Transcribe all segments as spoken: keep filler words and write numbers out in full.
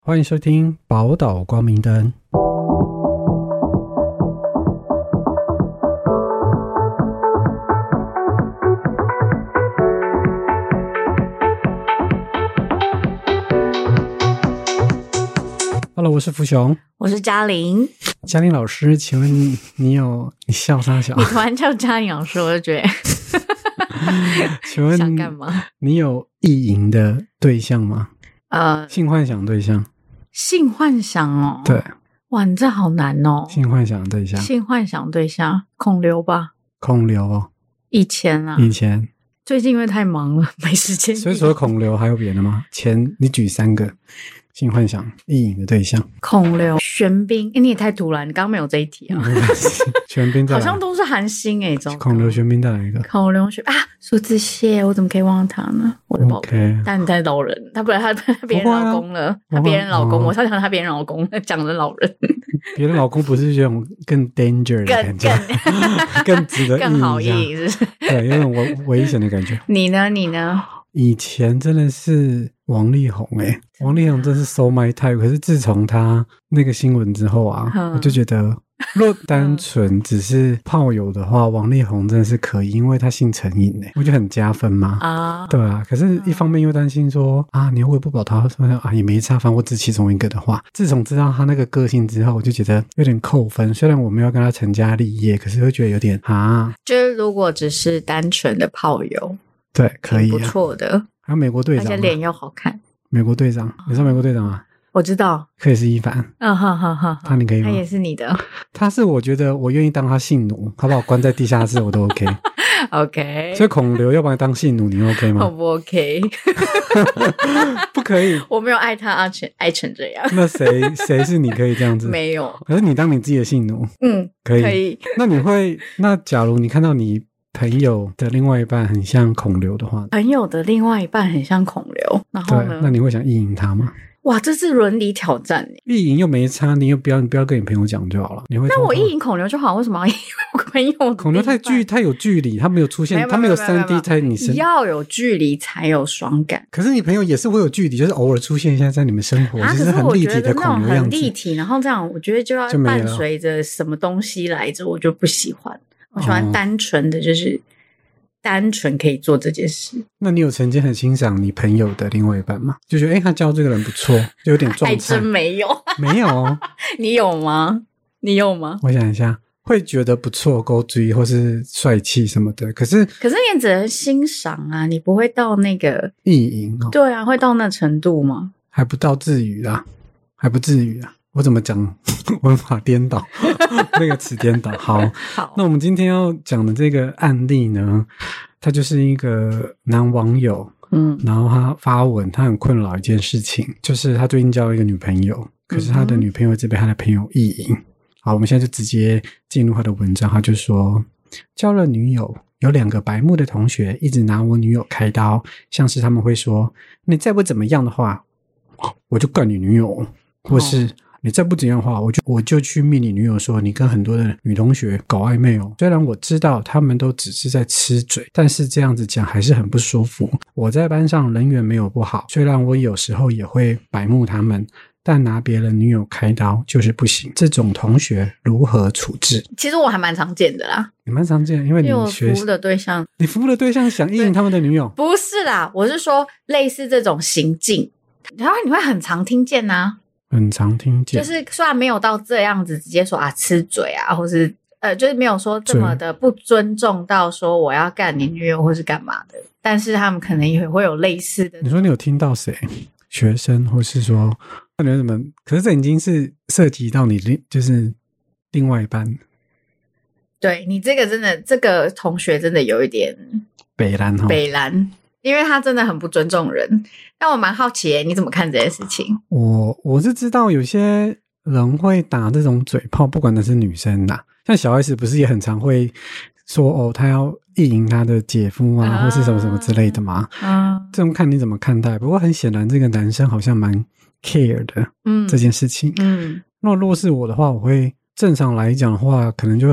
欢迎收听宝岛光明灯。Hello， 我是福雄， 我是嘉玲。 嘉玲老师，请问你你有你笑啥笑？ 你突然叫嘉玲老师，我就觉得请问想干嘛？ 你有意淫的对象吗？ 呃， 性幻想对象？ 性幻想哦， 对， 哇，你这好难哦。 性幻想对象？ 性幻想对象，孔刘吧？ 孔刘哦， 以前啊， 以前。 最近因为太忙了，没时间。 所以除了孔刘还有别的吗？前你举三个性幻想意淫的对象。 孔刘、玄彬，欸，你也太突然，你刚刚没有这一题啊。 玄彬再来， 好像都是韩星诶，欸， 孔刘、玄彬再来一个。 孔刘、玄啊，苏志燮，我怎么可以忘了他呢？我的宝贝。Okay. 但你太老人，他不然他他别人老公了，他别人老公，我超想他别人老公，讲的老人。别人老公不是这种更 danger 的感觉，更更值得更好意，是不是？ 对，有种危危险的感觉。 你呢？你呢？ 以前真的是王力宏诶，欸，王力宏真是 so my type。可是自从他那个新闻之后啊，嗯，我就觉得，若单纯只是炮友的话，王力宏真的是可以，因为他性成瘾诶，我觉得很加分嘛。啊，对啊。可是一方面又担心说啊，你又喂不饱他，啊也没差，反正我只其中一个的话，自从知道他那个个性之后，我就觉得有点扣分。虽然我没有跟他成家立业，可是会觉得有点啊， 就是如果只是单纯的炮友。 对，可以，啊， 不错的。 还有美国队长， 而且脸又好看。 美国队长，你知道美国队长吗？ 我知道， 克里斯伊凡。 嗯，好好好， 他你可以吗？ 他也是你的。 他是我觉得我愿意当他性奴，他把我关在地下室我都 OK。 OK。 所以孔刘要把你当性奴，你 OK 吗？ 我不 OK。 不可以。 我没有爱他爱成爱成这样。 那谁谁是你可以这样子？ 没有。 可是你当你自己的性奴， 嗯， 可以可以。 那你会？那假如你看到你朋友的另外一半很像孔刘的话， 朋友的另外一半很像孔刘，然后呢？ 那你会想意淫他吗？ 哇，这是伦理挑战耶！ 意淫又没差，你又不要，你不要跟你朋友讲就好了。你会？ 那我意淫孔刘就好，为什么要意淫我朋友？ 孔刘太距，太有距离，他没有出现，他没有三 D 在你身， 要有距离才有爽感。 可是你朋友也是会有距离，就是偶尔出现一下在你们生活， 啊， 就是很立体的孔刘样子。 很立体，然后这样，我觉得就要伴随着什么东西来着，我就不喜欢。我喜欢单纯的，就是。哦，单纯可以做这件事。那你有曾经很欣赏你朋友的另外一半吗？就觉得哎、欸，他交这个人不错，就有点撞菜。 还真没有。 没有哦。 你有吗？你有吗？ 我想一下，会觉得不错，勾追或是帅气什么的。可是可是你只能欣赏啊，你不会到那个意淫哦。 对啊，会到那程度吗？ 还不到至于啦，还不至于啊。我怎么讲文法颠倒那个词颠倒。好好， 那我们今天要讲的这个案例呢，他就是一个男网友，嗯，然后他发文，他很困扰一件事情，就是他最近交了一个女朋友，可是他的女朋友一直被他的朋友意淫。好，我们现在就直接进入他的文章。他就说，交了女友，有两个白目的同学一直拿我女友开刀，像是他们会说，你再不怎么样的话我就干你女友，或是、哦，你再不怎样的话，我就我就去密你女友说你跟很多的女同学搞暧昧哦。虽然我知道他们都只是在吃嘴，但是这样子讲还是很不舒服。我在班上人缘没有不好，虽然我有时候也会白目他们，但拿别人女友开刀就是不行。这种同学如何处置？ 其实我还蛮常见的啦。 你蛮常见，因为你学因为我服务的对象， 你服务的对象想意淫他们的女友？ 不是啦，我是说类似这种行径，然后你会很常听见啊。 很常听见， 就是虽然没有到这样子直接说啊吃嘴啊，或是呃，就是没有说这么的不尊重到说我要干你女友或是干嘛的，但是他们可能也会有类似的。 你说你有听到谁？学生，或是说那你怎么？可是这已经是涉及到你就是另外一半。 对，你这个真的，这个同学真的有一点北蓝齁， 北蓝。因为他真的很不尊重人，但我蛮好奇耶，你怎么看这件事情？ 我我是知道有些人会打这种嘴炮，不管那是女生啦，像小 S 不是也很常会说哦，他要意淫他的姐夫啊，啊或是什么什么之类的嘛。啊，这种看你怎么看待。不过很显然，这个男生好像蛮 care 的，嗯，这件事情。嗯，那如果是我的话，我会正常来讲的话，可能就很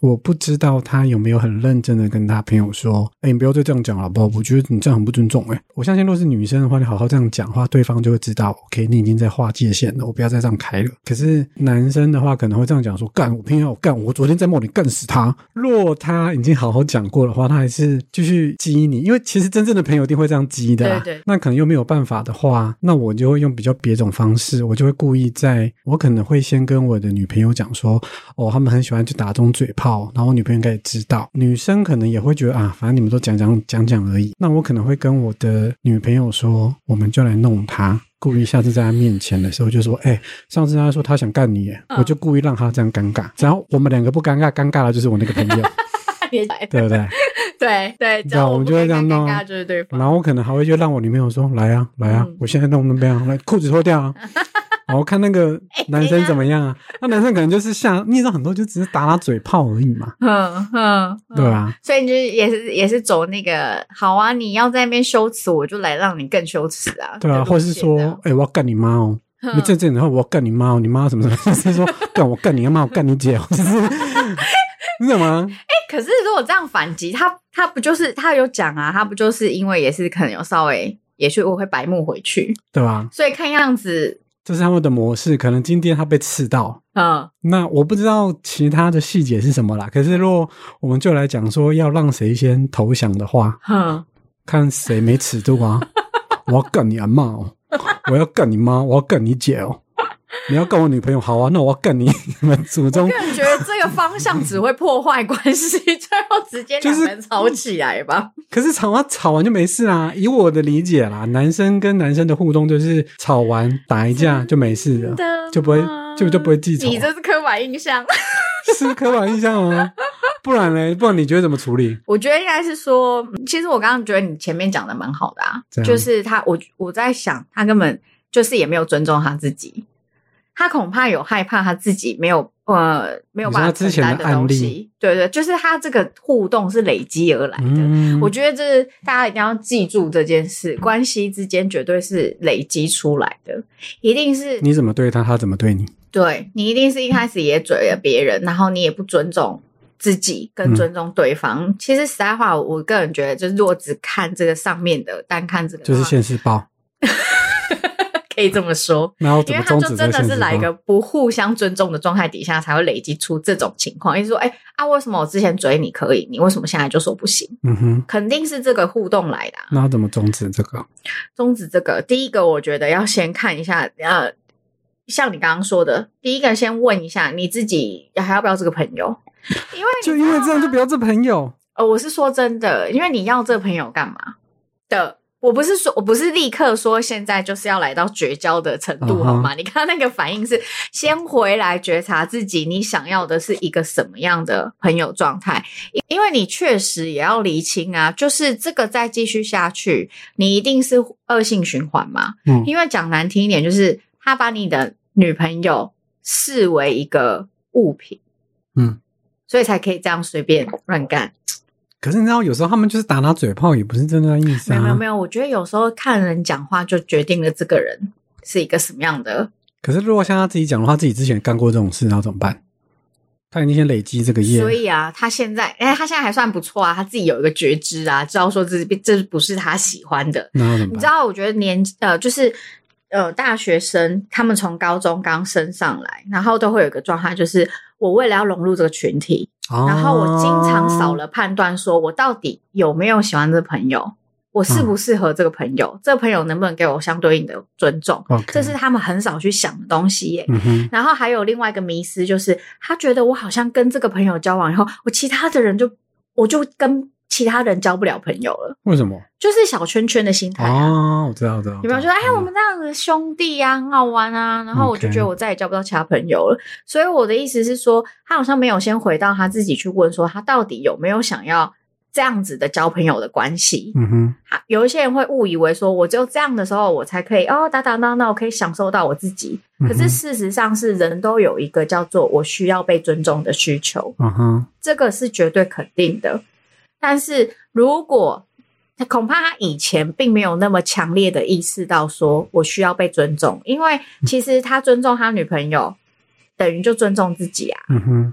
我不知道他有没有很认真的跟他朋友说，哎、欸，你不要再这样讲了，不好？我觉得你这样很不尊重。哎，我相信如果是女生的话，你好好这样讲的话，对方就会知道 ，OK， 你已经在划界限了，我不要再这样开了。可是男生的话可能会这样讲说，干，我偏要干，我昨天在梦里干死他。若他已经好好讲过的话，他还是继续激你，因为其实真正的朋友一定会这样激的啦。 对对。 那可能又没有办法的话，那我就会用比较别种方式，我就会故意在，我可能会先跟我的女朋友讲说，哦，他们很喜欢去打这种嘴炮，然后我女朋友应该也知道，女生可能也会觉得啊，反正你们都讲讲讲讲而已。那我可能会跟我的女朋友说，我们就来弄她，故意下次在她面前的时候就说，哎、欸，上次她说她想干你耶、嗯、我就故意让她这样尴尬，只要我们两个不尴尬，尴尬的就是我那个朋友对不对？ 对对，只要我们就会这样弄， 尴尬就是对方。 然后我可能还会就让我女朋友说，来啊来啊、嗯、我现在弄那边，来裤子脱掉啊然后看那个男生怎么样啊、欸、那男生可能就是下你知道很多就只是打打嘴炮而已嘛， 嗯嗯， 对啊， 所以你就也是也是走那个好啊，你要在那边羞耻，我就来让你更羞耻啊， 对啊，或是说哎、欸，我要干你妈哦，你在这里的话我要干你妈哦，你妈什么什么就是说干我干你妈我干你姐就是你懂吗？ 哎、欸，可是如果这样反击他他不就是他有讲啊，他不就是因为也是可能有稍微也许我会白目回去， 对吧？ 所以看样子这是他们的模式，可能今天他被刺到，嗯，那我不知道其他的细节是什么啦。可是如果我们就来讲说要让谁先投降的话，嗯，看谁没尺度啊！我要干你阿嬷哦，我要干你妈，我要干你姐哦。你要干我女朋友，好啊，那我要干你你们祖宗。 我个人觉得这个方向只会破坏关系，最后直接两人吵起来吧。 可是吵完吵完就没事啦，以我的理解啦，男生跟男生的互动就是吵完打一架就没事了，就不会就就不会记仇。 你这是刻板印象， 是刻板印象啊，不然嘞，不然你觉得怎么处理？ 我觉得应该是说，其实我刚刚觉得你前面讲的蛮好的啊，就是他，我我在想，他根本就是也没有尊重他自己。他恐怕有害怕他自己没有呃没有办法承担的东西，对对，就是他这个互动是累积而来的。嗯、我觉得这是大家一定要记住这件事，关系之间绝对是累积出来的，一定是你怎么对他，他怎么对你。 对，你一定是一开始也嘴了别人，然后你也不尊重自己跟尊重对方。嗯、其实实在话，我个人觉得，就是如果只看这个上面的，单看这个就是现世报。 可以这么说， 因为他就真的是来一个不互相尊重的状态底下才会累积出这种情况。意思说，哎、欸、啊，为什么我之前追你可以，你为什么现在就说不行？嗯哼，肯定是这个互动来的、啊。 那要怎么终止这个？ 终止这个，第一个我觉得要先看一下，呃，像你刚刚说的，第一个先问一下你自己还要不要这个朋友，因为就因为这样就不要这朋友。 呃，我是说真的，因为你要这个朋友干嘛的？我不是说，我不是立刻说现在就是要来到绝交的程度，好吗？ Uh-huh. 你刚刚那个反应是先回来觉察自己，你想要的是一个什么样的朋友状态？因为你确实也要厘清啊，就是这个再继续下去，你一定是恶性循环嘛。嗯，因为讲难听一点，就是他把你的女朋友视为一个物品，嗯，所以才可以这样随便乱干。 可是你知道有时候他们就是打打嘴炮也不是真的意思啊。 没有没有没有，我觉得有时候看人讲话就决定了这个人是一个什么样的。可是如果像他自己讲的话，自己之前干过这种事，然后怎么办？他已经先累积这个业。 所以啊，他现在哎，他现在还算不错啊，他自己有一个觉知啊，知道说这这不是他喜欢的。 那怎么办？ 你知道，我觉得年呃就是呃大学生他们从高中刚升上来，然后都会有一个状态，就是我为了要融入这个群体。然后我经常少了判断，说我到底有没有喜欢这个朋友，我适不适合这个朋友，嗯、这个朋友能不能给我相对应的尊重， okay. 这是他们很少去想的东西耶。嗯、然后还有另外一个迷思，就是他觉得我好像跟这个朋友交往以后，我其他的人就我就跟其他人交不了朋友了。 为什么？ 就是小圈圈的心态啊！ 哦，我知道，我知道。 有没有觉得哎，我们这样子兄弟啊，很好玩啊？然后我就觉得我再也交不到其他朋友了。Okay. 所以我的意思是说，他好像没有先回到他自己去问说，他到底有没有想要这样子的交朋友的关系。嗯哼，有一些人会误以为说，我只有这样的时候，我才可以哦打打闹闹，我可以享受到我自己。嗯、可是事实上是人都有一个叫做我需要被尊重的需求。嗯哼，这个是绝对肯定的。但是如果恐怕他以前并没有那么强烈的意识到说我需要被尊重，因为其实他尊重他女朋友等于就尊重自己啊。嗯哼，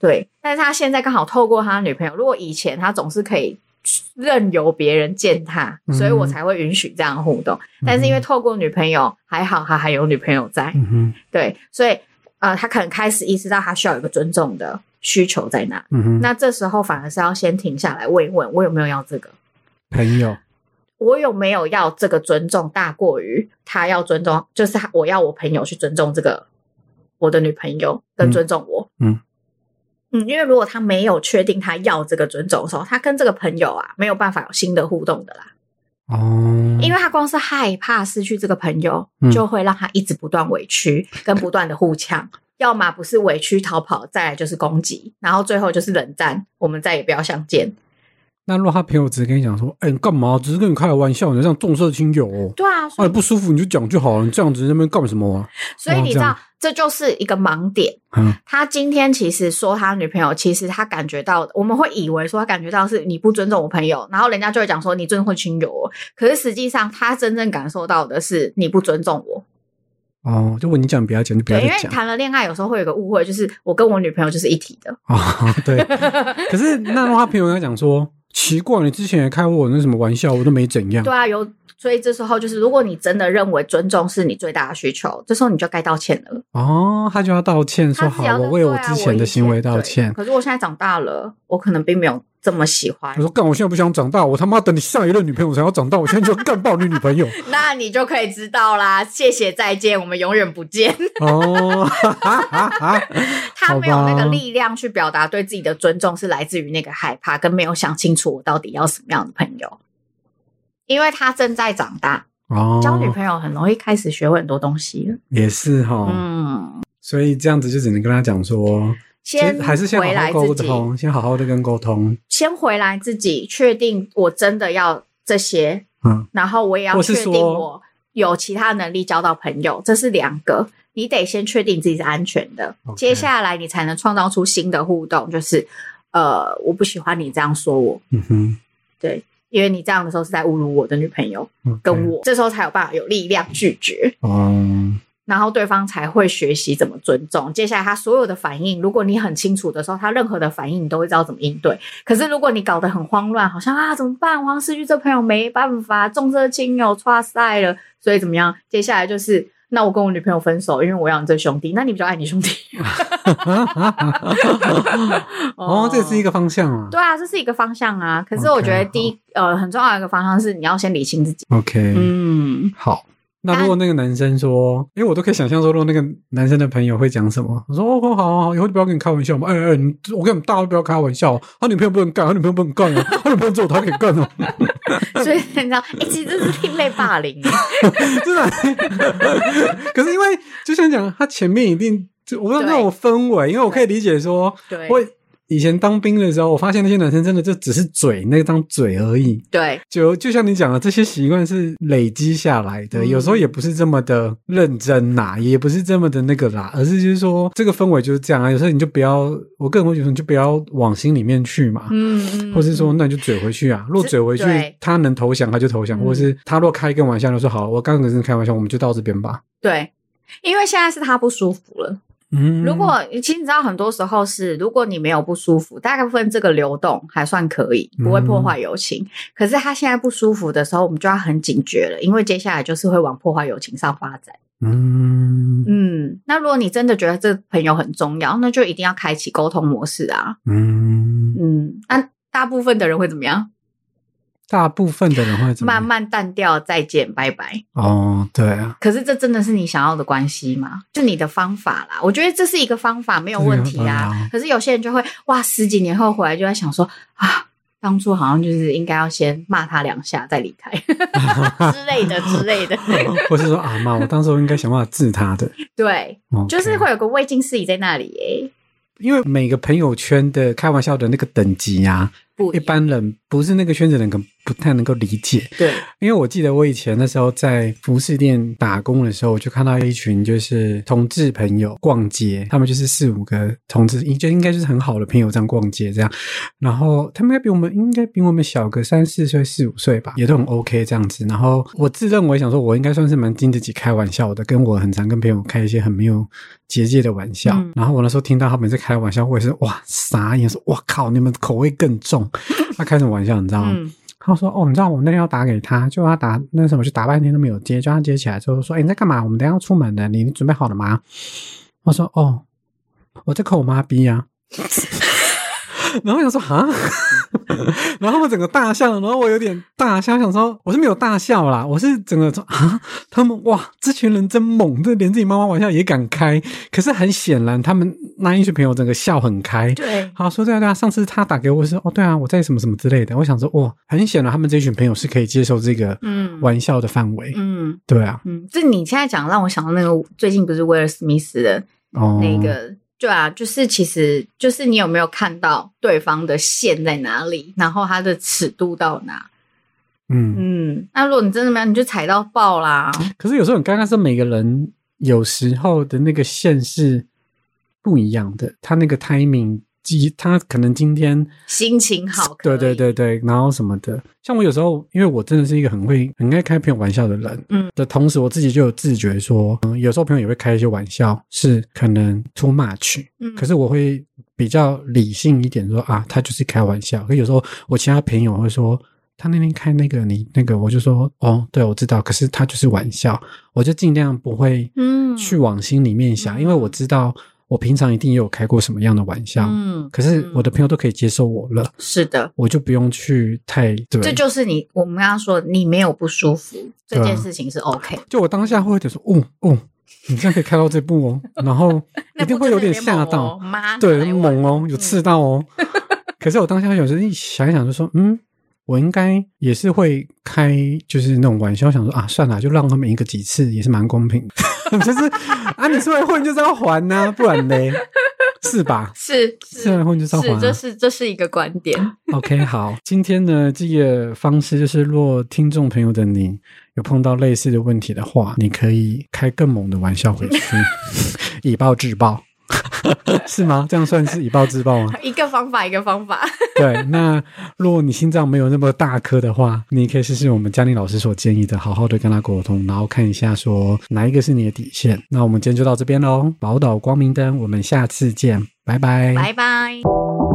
对，但是他现在刚好透过他女朋友，如果以前他总是可以任由别人践踏，所以我才会允许这样互动、嗯、但是因为透过女朋友，还好他还有女朋友在、嗯、对，所以呃，他可能开始意识到他需要有一个尊重的需求在那、嗯、那这时候反而是要先停下来问一问，我有没有要这个朋友， 我有没有要这个尊重大过于他要尊重，就是我要我朋友去尊重这个我的女朋友跟尊重我。嗯嗯，因为如果他没有确定他要这个尊重的时候，他跟这个朋友啊没有办法有新的互动的啦。哦，因为他光是害怕失去这个朋友、嗯、就会让他一直不断委屈跟不断的互呛要么不是委屈逃跑，再来就是攻击，然后最后就是冷战，我们再也不要相见。 那如果他朋友只是跟你讲说，哎、欸，你干嘛？只是跟你开个玩笑，你这样重色轻友哦。 对啊， 啊，你不舒服你就讲就好了，你这样子在那边干什么啊？ 所以你知道，这就是一个盲点。嗯，他今天其实说他女朋友，其实他感觉到，我们会以为说他感觉到是你不尊重我朋友，然后人家就会讲说你尊重轻友哦。可是实际上，他真正感受到的是你不尊重我。 哦，就问你讲不要讲就不要讲。 对，因为谈了恋爱有时候会有个误会，就是我跟我女朋友就是一体的。 哦，对。可是那如果他朋友跟他讲说，奇怪，你之前也开过我那什么玩笑，我都没怎样。 对啊，有，所以这时候就是，如果你真的认为尊重是你最大的需求，这时候你就该道歉了。 哦，他就要道歉，说好，我为我之前的行为道歉。 可是我现在长大了，我可能并没有这么喜欢。 我说干，我现在不想长大，我他妈等你上一任女朋友才要长大，我现在就干爆你女朋友。 那你就可以知道啦，谢谢再见，我们永远不见。哦，他没有那个力量去表达对自己的尊重，是来自于那个害怕，跟没有想清楚我到底要什么样的朋友。因为他正在长大，哦，交女朋友很容易开始学会很多东西了。 也是齁，嗯，所以这样子就只能跟他讲说。先还是先好好沟通，先好好的跟沟通， 先回来自己确定我真的要这些，嗯，然后我也要确定我有其他能力交到朋友，这是两个，你得先确定自己是安全的， okay. 接下来你才能创造出新的互动，就是呃，我不喜欢你这样说我，嗯哼，对，因为你这样的时候是在侮辱我的女朋友， okay. 跟我，这时候才有办法有力量拒绝，嗯。然后对方才会学习怎么尊重，接下来他所有的反应，如果你很清楚的时候，他任何的反应你都会知道怎么应对。可是如果你搞得很慌乱，好像啊怎么办，我好像失去这朋友没办法，重色轻友挫赛了，所以怎么样，接下来就是那我跟我女朋友分手，因为我要你这兄弟，那你比较爱你兄弟。 哦，这是一个方向啊。 对啊，这是一个方向啊。可是我觉得第一、okay, 呃很重要的一个方向是你要先理清自己。 OK， 嗯，好。那如果那个男生说，因为我都可以想象说，如果那个男生的朋友会讲什么，我说哦，好好好，以后就不要跟你开玩笑嘛。哎哎，你我跟你大家都不要开玩笑，他女朋友不能干，他女朋友不能干啊，他女朋友只有他可以干哦。 所以你知道，哎、欸，其实这是另类霸凌， 真的。可是因为就像讲，他前面一定，我不知道那种氛围，因为我可以理解说，对。会以前当兵的时候，我发现那些男生真的就只是嘴那张嘴而已。对，就就像你讲的，这些习惯是累积下来的、嗯，有时候也不是这么的认真啦，也不是这么的那个啦，而是就是说这个氛围就是这样啊。有时候你就不要，我个人会觉得你就不要往心里面去嘛，嗯，或是说那你就嘴回去啊。如果嘴回去，他能投降他就投降，或者是他若开一个玩笑就说好，我刚刚跟你开玩笑，我们就到这边吧。对， 因为现在是他不舒服了。嗯，如果其实你知道很多时候是如果你没有不舒服，大部分这个流动还算可以，不会破坏友情、嗯、可是他现在不舒服的时候，我们就要很警觉了，因为接下来就是会往破坏友情上发展。嗯嗯，那如果你真的觉得这朋友很重要，那就一定要开启沟通模式啊。嗯嗯，那大部分的人会怎么样？ 大部分的人会怎么样？ 慢慢淡掉，再见，拜拜。 哦，对啊。 可是这真的是你想要的关系吗？就你的方法啦，我觉得这是一个方法，没有问题啊。可是有些人就会哇，十几年后回来就在想说啊，当初好像就是应该要先骂他两下再离开之类的之类的。 或是说啊妈，我当时应该想办法治他的。 对， okay. 就是会有个未尽事宜在那里耶。 因为每个朋友圈的开玩笑的那个等级啊， 一般人不是那个圈子的人可能不太能够理解。 对， 因为我记得我以前那时候在服饰店打工的时候，我就看到一群就是同志朋友逛街，他们就是四五个同志，就应该就是很好的朋友这样逛街这样，然后他们应该比我们应该比我们小个三四岁四五岁吧，也都很 OK 这样子。然后我自认为想说我应该算是蛮经得起开玩笑的，跟我很常跟朋友开一些很没有结界的玩笑、嗯、然后我那时候听到他们在开玩笑，我也是哇傻眼，说哇靠你们口味更重。他开什么玩笑你知道吗、嗯，他说哦你知道我那天要打给他，就他打那什么就打半天都没有接，叫他接起来之后说诶、欸、你在干嘛，我们等一下要出门的，你准备好了吗？我说哦我在扣我妈逼啊然后我想说哈然后我整个大笑，然后我有点大笑，想说我是没有大笑啦，我是整个说啊他们哇这群人真猛，这连自己妈妈玩笑也敢开。可是很显然他们那一群朋友整个笑很开。 对， 好说对啊对啊，上次他打给我是哦对啊我在什么什么之类的，我想说哇很显然他们这群朋友是可以接受这个玩笑的范围。嗯，对啊， 嗯，这你现在讲让我想到那个最近不是威尔史密斯的那个、哦对啊，就是其实就是你有没有看到对方的线在哪里，然后他的尺度到哪。嗯嗯，那如果你真的没有，你就踩到爆啦。 可是有时候很尴尬是每个人有时候的那个线是不一样的，他那个 timing他可能今天心情好， 对对对对，然后什么的。像我有时候因为我真的是一个很会很爱开朋友玩笑的人，嗯的同时我自己就有自觉说、嗯、有时候朋友也会开一些玩笑是可能 too much、嗯、可是我会比较理性一点说啊他就是开玩笑。可是有时候我其他朋友会说他那天开那个你那个，我就说哦对我知道，可是他就是玩笑，我就尽量不会去往心里面想、嗯、因为我知道我平常一定也有开过什么样的玩笑，嗯，可是我的朋友都可以接受我了，是的，我就不用去太对， 这就是你我们刚刚说你没有不舒服这件事情是 OK，、啊、 就我当下会觉得说哦哦你这样可以开到这步哦然后一定会有点吓到哦、 对猛哦有刺到哦、嗯、可是我当下有时候想一想就说嗯我应该也是会开就是那种玩笑，想说啊算了就让他们赢个几次也是蛮公平的就是啊你出来混就是要还啊不然嘞是吧？ 是出来混就是要还、啊、 是这是这是一个观点 OK 好，今天呢这个方式就是若听众朋友的你有碰到类似的问题的话，你可以开更猛的玩笑回去以暴制暴是吗？这样算是以暴制暴吗？ 一个方法一个方法对，那如果你心脏没有那么大颗的话，你可以试试我们嘉玲老师所建议的，好好的跟他沟通，然后看一下说哪一个是你的底线。那我们今天就到这边咯，宝岛光明灯，我们下次见，拜拜， 拜拜。